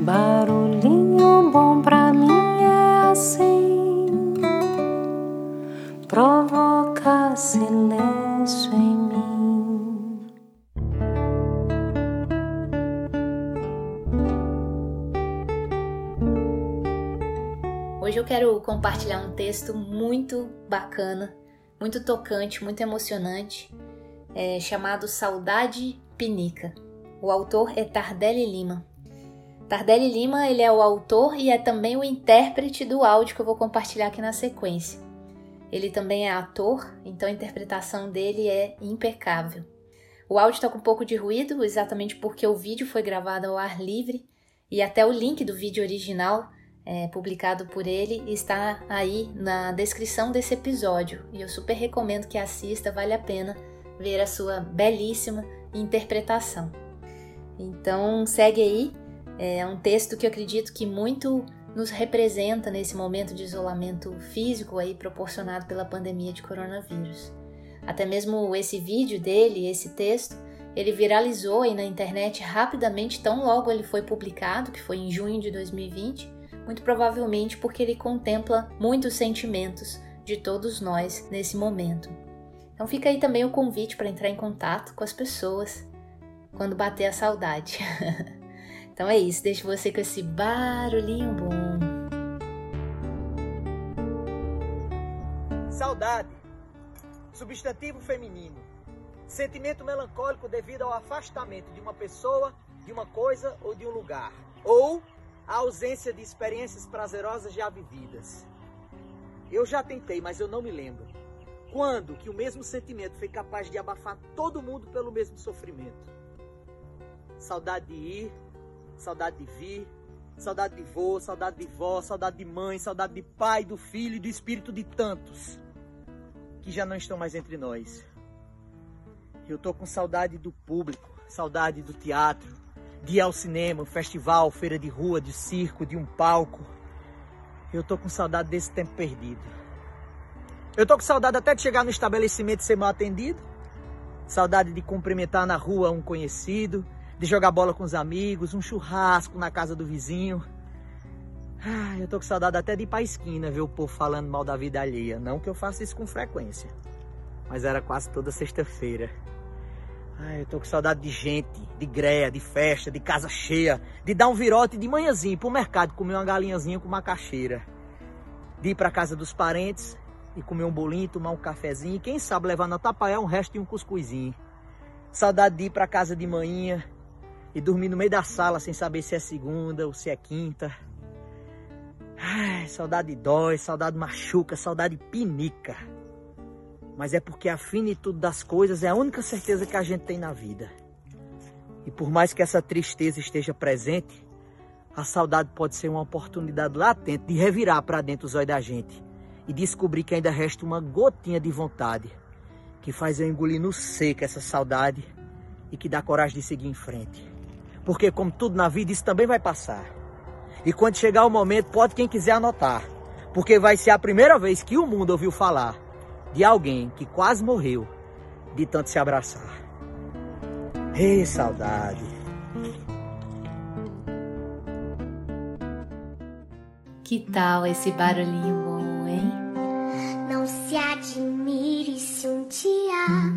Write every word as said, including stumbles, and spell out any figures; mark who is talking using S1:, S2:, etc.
S1: Barulhinho bom pra mim é assim, provoca silêncio em mim.
S2: Hoje eu quero compartilhar um texto muito bacana, muito tocante, muito emocionante, é, chamado Saudade Pinica. O autor é Tardelli Lima. Tardelli Lima, ele é o autor e é também o intérprete do áudio que eu vou compartilhar aqui na sequência. Ele também é ator, então a interpretação dele é impecável. O áudio está com um pouco de ruído, exatamente porque o vídeo foi gravado ao ar livre e até o link do vídeo original, é, publicado por ele, está aí na descrição desse episódio. E eu super recomendo que assista, vale a pena ver a sua belíssima interpretação. Então segue aí. É um texto que eu acredito que muito nos representa nesse momento de isolamento físico aí proporcionado pela pandemia de coronavírus. Até mesmo esse vídeo dele, esse texto, ele viralizou aí na internet rapidamente, tão logo ele foi publicado, que foi em junho de dois mil e vinte, muito provavelmente porque ele contempla muitos sentimentos de todos nós nesse momento. Então fica aí também o convite para entrar em contato com as pessoas quando bater a saudade. Então é isso, deixo você com esse barulhinho bom.
S3: Saudade, substantivo feminino, sentimento melancólico devido ao afastamento de uma pessoa, de uma coisa ou de um lugar, ou a ausência de experiências prazerosas já vividas. Eu já tentei, mas eu não me lembro. Quando que o mesmo sentimento foi capaz de abafar todo mundo pelo mesmo sofrimento? Saudade de ir, saudade de vir, saudade de vô, saudade de vó, saudade de mãe, saudade de pai, do filho e do espírito de tantos que já não estão mais entre nós. Eu tô com saudade do público, saudade do teatro, de ir ao cinema, festival, feira de rua, de circo, de um palco. Eu tô com saudade desse tempo perdido. Eu tô com saudade até de chegar no estabelecimento e ser mal atendido. Saudade de cumprimentar na rua um conhecido, de jogar bola com os amigos, um churrasco na casa do vizinho. Ah, eu tô com saudade até de ir pra esquina ver o povo falando mal da vida alheia. Não que eu faça isso com frequência, mas era quase toda sexta-feira. Ah, eu tô com saudade de gente, de greia, de festa, de casa cheia, de dar um virote de manhãzinho pro mercado, comer uma galinhazinha com macaxeira, de ir pra casa dos parentes e comer um bolinho, tomar um cafezinho e quem sabe levar na tapaiá um resto de um cuscuzinho. Saudade de ir pra casa de manhinha e dormir no meio da sala sem saber se é segunda ou se é quinta. Ai, saudade dói, saudade machuca, saudade pinica. Mas é porque a finitude das coisas é a única certeza que a gente tem na vida. E por mais que essa tristeza esteja presente, a saudade pode ser uma oportunidade latente de revirar para dentro os olhos da gente e descobrir que ainda resta uma gotinha de vontade que faz eu engolir no seco essa saudade e que dá coragem de seguir em frente. Porque como tudo na vida, isso também vai passar. E quando chegar o momento, pode quem quiser anotar. Porque vai ser a primeira vez que o mundo ouviu falar de alguém que quase morreu de tanto se abraçar. Ei, saudade!
S2: Que tal esse barulhinho bom, hein?
S4: Não se admire se um dia